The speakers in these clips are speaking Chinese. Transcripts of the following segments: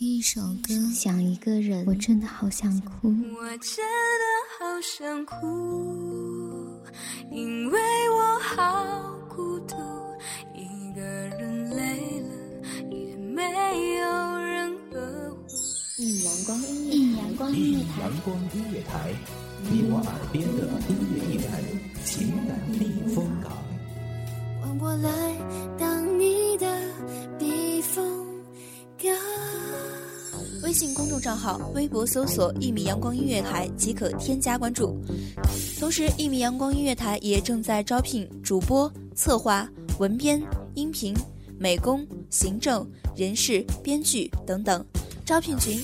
听一首歌，想一个人，我真的好想哭。 我真的好想哭，因为我好孤独，一个人累了也没有人呵护。 一米阳光音乐台，你我耳边的音乐驿站，情感避风港。 换我来当你的避风港。 微信公众账号、微博搜索“一米阳光音乐台”即可添加关注。同时，一米阳光音乐台也正在招聘主播、策划、文编、音频、美工、行政、人事、编剧等等。招聘群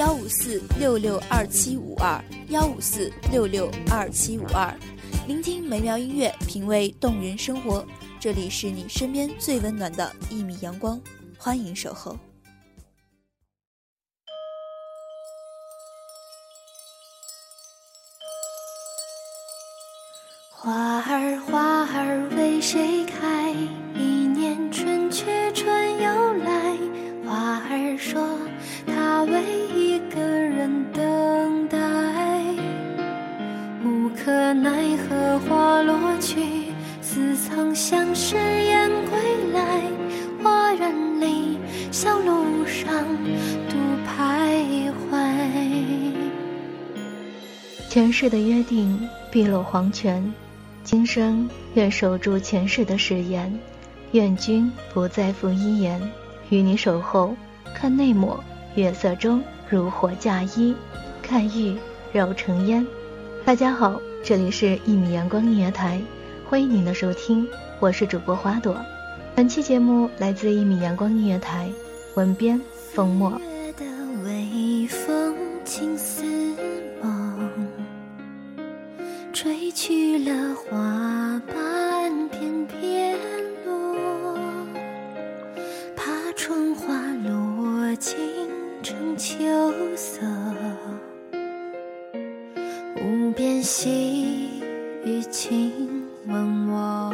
154662752，154662752。聆听美妙音乐，品味动人生活。这里是你身边最温暖的一米阳光，欢迎守候。 花儿花儿为谁开？一年春去春又来。花儿说她为一个人等待，无可奈何花落去，似曾相识燕归来。花园里小路上独徘徊。 前世的约定碧落黄泉，今生愿守住前世的誓言，愿君不再负一言，与你守候。看内抹，月色中如火嫁衣，看玉揉成烟。大家好，这里是一米阳光音乐台，欢迎您的收听，我是主播花朵。本期节目来自一米阳光音乐台，文编风墨。 月的微风轻似梦，吹去了花瓣片片落，怕春花落尽成秋色，无边细雨轻吻我。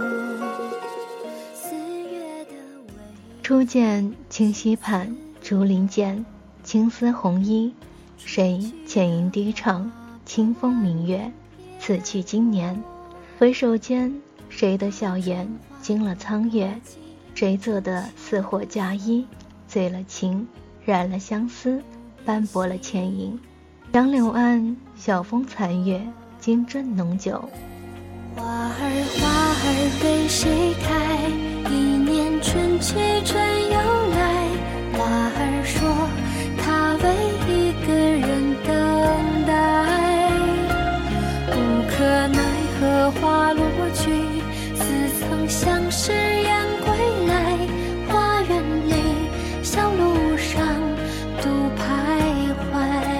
初见清溪畔，竹林间，青丝红衣，谁浅吟低唱，清风明月，此去经年。回首间，谁的笑颜惊了苍月，谁做的似火嫁衣，醉了情，染了相思，斑驳了倩影。杨柳岸，晓风残月，金樽浓酒。 花儿花儿为谁开？一年春去春又来。花儿说她为一个人等待，无可奈何花落去，似曾相识燕归来。花园里小路上独徘徊。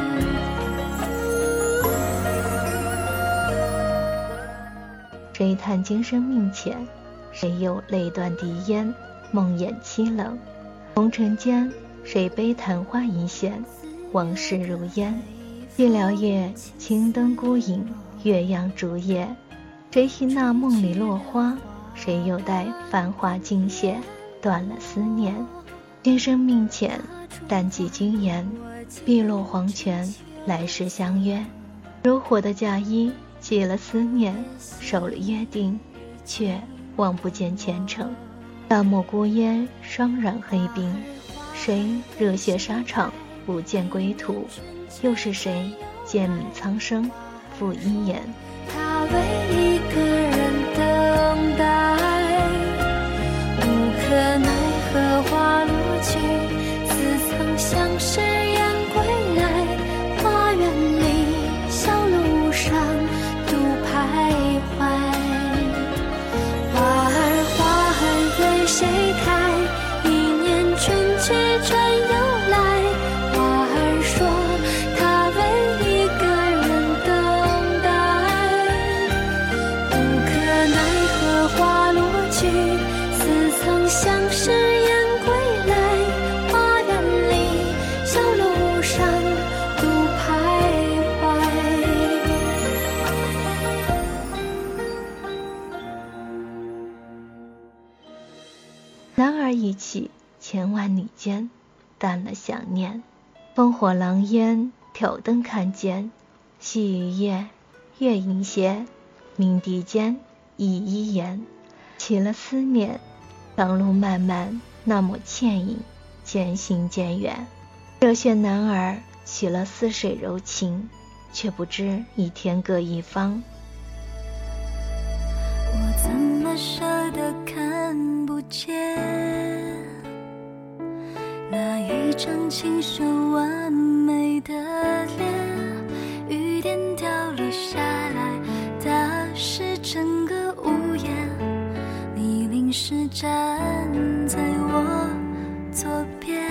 谁叹今生命浅，谁又泪断笛烟，梦魇凄冷。红尘间，谁悲昙花一现，往事如烟。寂寥夜，青灯孤影，月阳烛夜。谁惜那梦里落花，谁又待繁华尽谢，断了思念。今生命浅，但记君言，碧落黄泉，来世相约。如火的嫁衣，系了思念，守了约定，却望不见前程。大漠孤烟，霜染黑冰，谁热血沙场，不见归途？又是谁剑悯苍生，负一言？ 他为一个人等待，无可奈何花落去，似曾相识燕归来。花园里小路上独徘徊。花儿花儿为谁开？一年春去春又来。花儿说她为一个人等待，无可奈何花落去，似曾相识燕归来。花园里小路上独徘徊。 男儿意气，千万里间， 淡了想念。烽火狼烟，挑灯看剑，细雨夜，月影斜，鸣笛间，一一言。起了思念，长路漫漫，那抹倩影，渐行渐远。热血男儿起了似水柔情，却不知已天各一方。 我怎么舍得看不见那一张清秀完美的脸？雨点掉落下来，打湿整个屋檐。你淋湿站在我左边，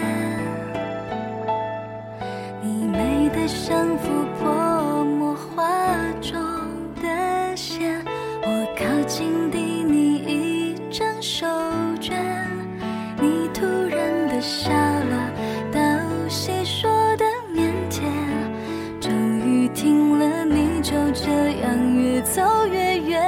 你美得像幅泼墨画中的线。我靠近递你一张手绢，你突然的笑了，道谢说的腼腆，终于听了你就这样越走越远。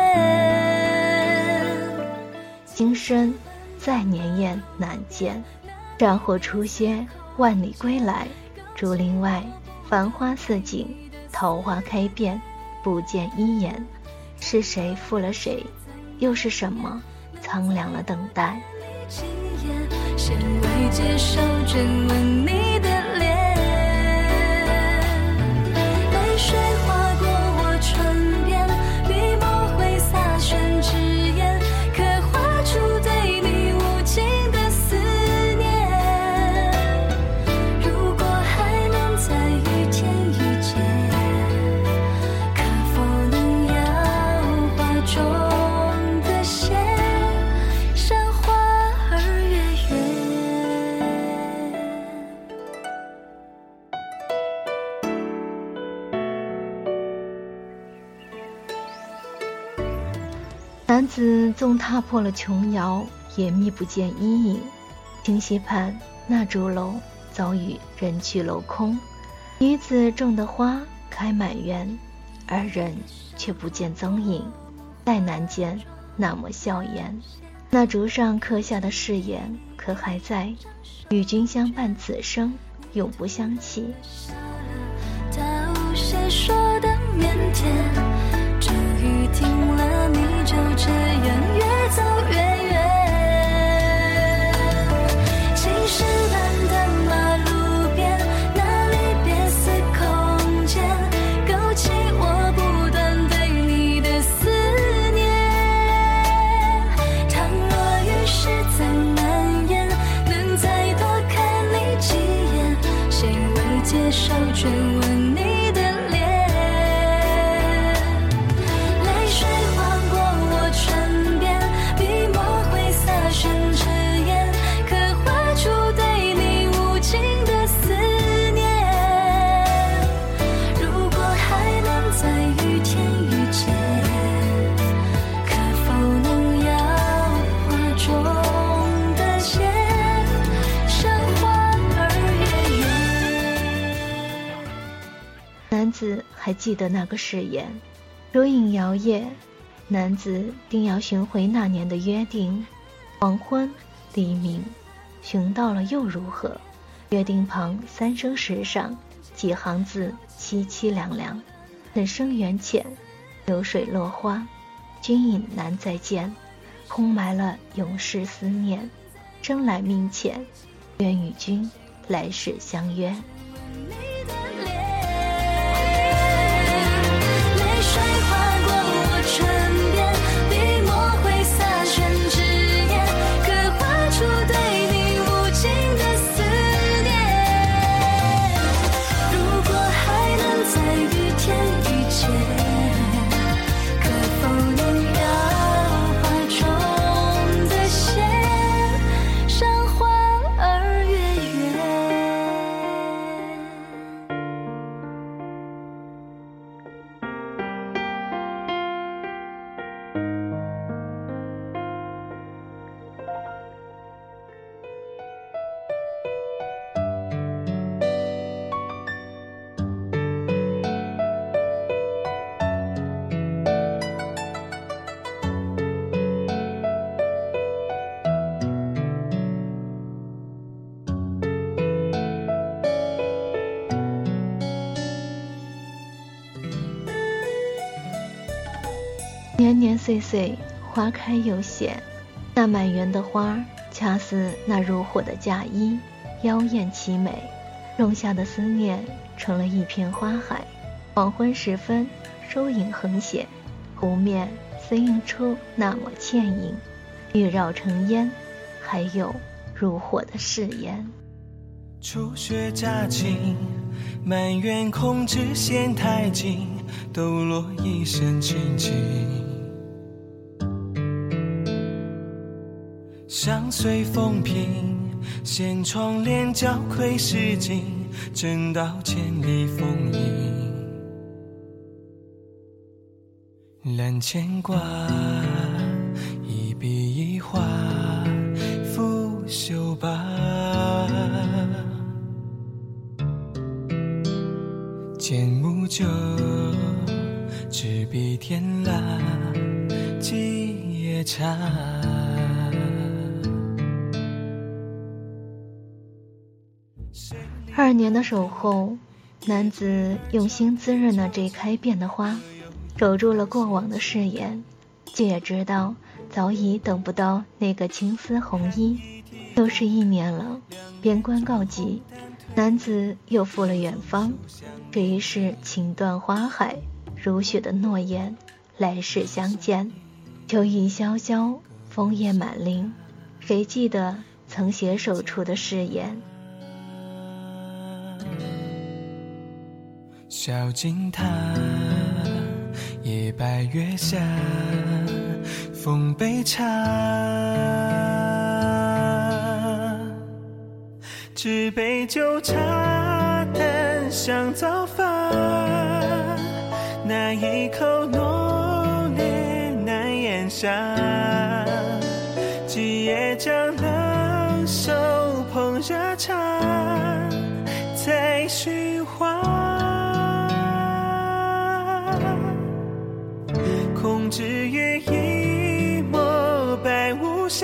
今生再年雁难见，战火初歇，万里归来。竹林外繁花似锦，桃花开遍，不见一眼。是谁负了谁，又是什么苍凉了等待？ 先未接受追问你的脸，泪水划过我唇边，笔墨挥洒宣纸砚，刻画出对你无尽的思念。如果还能在雨天遇见，可否能摇花中的线，赏花儿月圆。 男子纵踏破了琼瑶，也觅不见阴影。清溪畔那竹楼早已人去楼空，女子种的花开满园，而人却不见踪影。再难见那么笑颜，那竹上刻下的誓言可还在？与君相伴此生，永不相弃。 道谢说的腼腆，终于听了你就这样越走越远。青石板的马路边，那里别似空间，勾起我不断对你的思念。倘若于是再难言，能再多看你几眼，谁未接受追问你的脸？泪水划过我唇边，笔墨挥洒宣纸砚，刻画出对你无尽的思念。如果还能在雨天遇见，可否能摇花中的线，赏花儿月圆。 男子还记得那个誓言，如影摇曳，男子定要寻回那年的约定。黄昏黎明，寻到了又如何？约定旁三生石上几行字，凄凄凉凉。此生缘浅，流水落花，君影难再见，空埋了永世思念。生来命浅，愿与君来世相约。 泪水划过我唇边，笔墨挥洒宣纸砚，刻画出对你无尽的思念。如果还能在雨天遇见，可否能摇花中的线，赏花儿月圆。 年岁岁，花开又谢，那满园的花恰似那如火的嫁衣，妖艳凄美。仲夏的思念成了一片花海，黄昏时分，收影横斜，湖面似映出那抹倩影，欲绕成烟，还有如火的誓言。 初雪乍晴，满园空枝嫌太近，抖落一身清静。相随风平，掀窗帘交窥诗景，正道千里风影。揽牵挂，一笔一画，拂袖罢。剑木酒，执笔天蜡，几夜茶。 2年的守候，男子用心滋润了这开遍的花，守住了过往的誓言，却也知道早已等不到那个青丝红衣。又是1年了，边关告急，男子又赴了远方。这一世情断花海，如雪的诺言，来世相见。秋意萧萧，枫叶满林，谁记得曾携手处的誓言？ 小径塔，夜白月下，奉杯茶，只杯酒茶，淡香早发，那一口浓烈难咽下，几夜将冷手捧热茶，再寻花。空知于一抹白无瑕，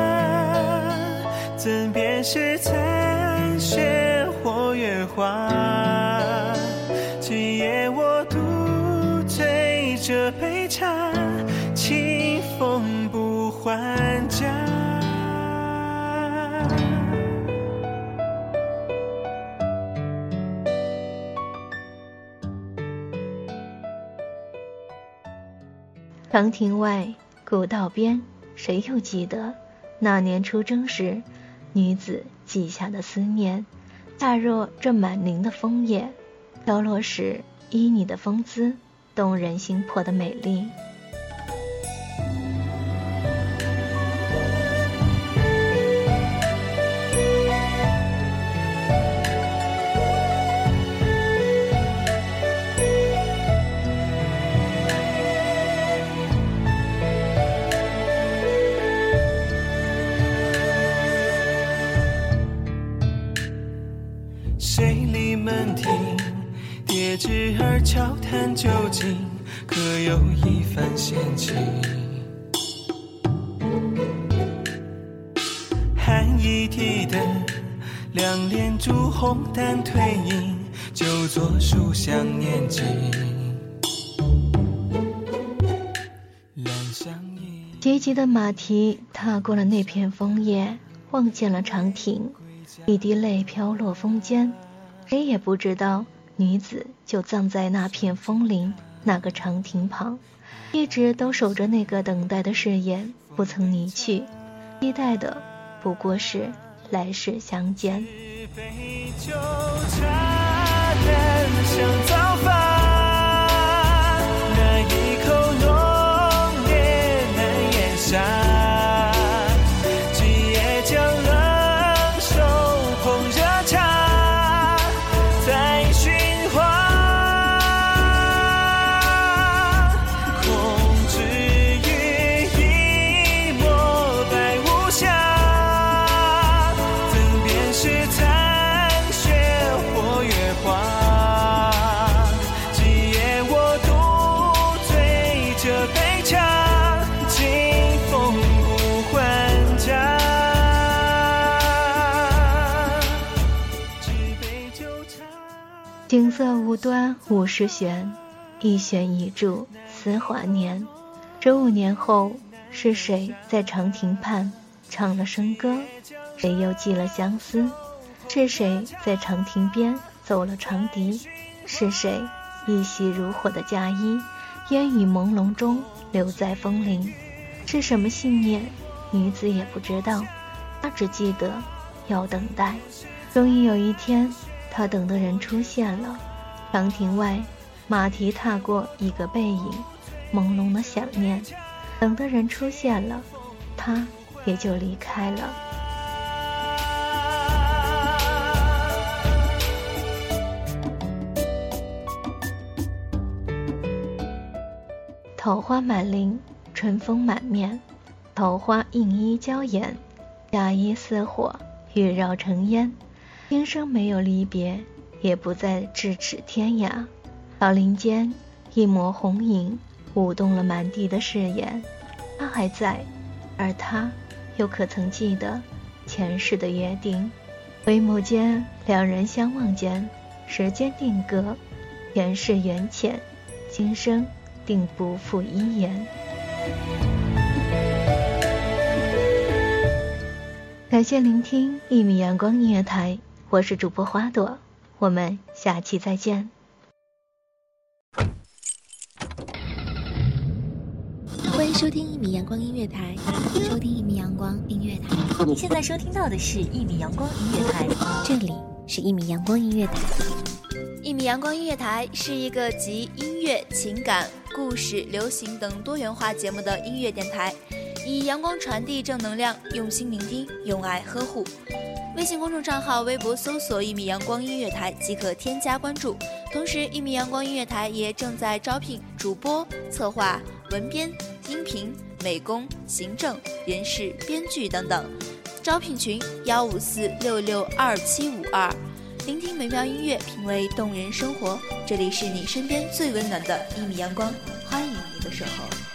怎辨是残雪或月华？今夜我独醉这杯茶，清风不还家。 长亭外，古道边，谁又记得那年出征时女子记下的思念？恰若这满林的枫叶，飘落时依你的风姿，动人心魄的美丽。 谁立门庭，叠纸儿悄谈究竟，可有一番闲情？寒衣提灯，两帘烛红淡褪影，就作书香念经。 急急的马蹄踏过了那片枫叶，望见了长亭，一滴泪飘落风间。谁也不知道女子就葬在那片枫林那个长亭旁，一直都守着那个等待的誓言，不曾离去，期待的不过是来世相见。 杯酒茶淡香早发，那一口浓烈难咽下，今夜将冷手捧热茶，再寻花。空知于一抹白无瑕，怎辨是残雪或月华？今夜我独醉这杯茶，清风不还家。 景色无端五十弦，一弦一柱思华年。 这5年后，是谁在长亭畔唱了笙歌？谁又寄了相思？是谁在长亭边奏了长笛？是谁一袭如火的嫁衣，烟雨朦胧中留在枫林？是什么信念？女子也不知道，她只记得要等待。终于有一天，她等的人出现了。长亭外，马蹄踏过一个背影，朦胧的想念。等的人出现了，他也就离开了。桃花满林，春风满面，桃花映衣娇颜，嫁衣似火，欲绕成烟。今生没有离别，也不再咫尺天涯。桃林间，一抹红影舞动了满地的誓言。他还在，而他又可曾记得前世的约定？回眸间，两人相望间，时间定格，前世缘浅，今生定不负一言。感谢聆听1米阳光音乐台，我是主播花朵，我们下期再见。 欢迎收听1米阳光音乐台， 收听1米阳光音乐台。 你现在收听到的是1米阳光音乐台， 这里是1米阳光音乐台。 1米阳光音乐台是一个集音乐、情感、故事、流行等多元化节目的音乐电台，以阳光传递正能量，用心聆听，用爱呵护。微信公众账号、微博搜索1米阳光音乐台即可添加关注。同时1米阳光音乐台也正在招聘主播、策划、文编、音频、美工、行政、人事、编剧等等。招聘群154662752。聆听美妙音乐，品味动人生活，这里是你身边最温暖的1米阳光，欢迎你的守候。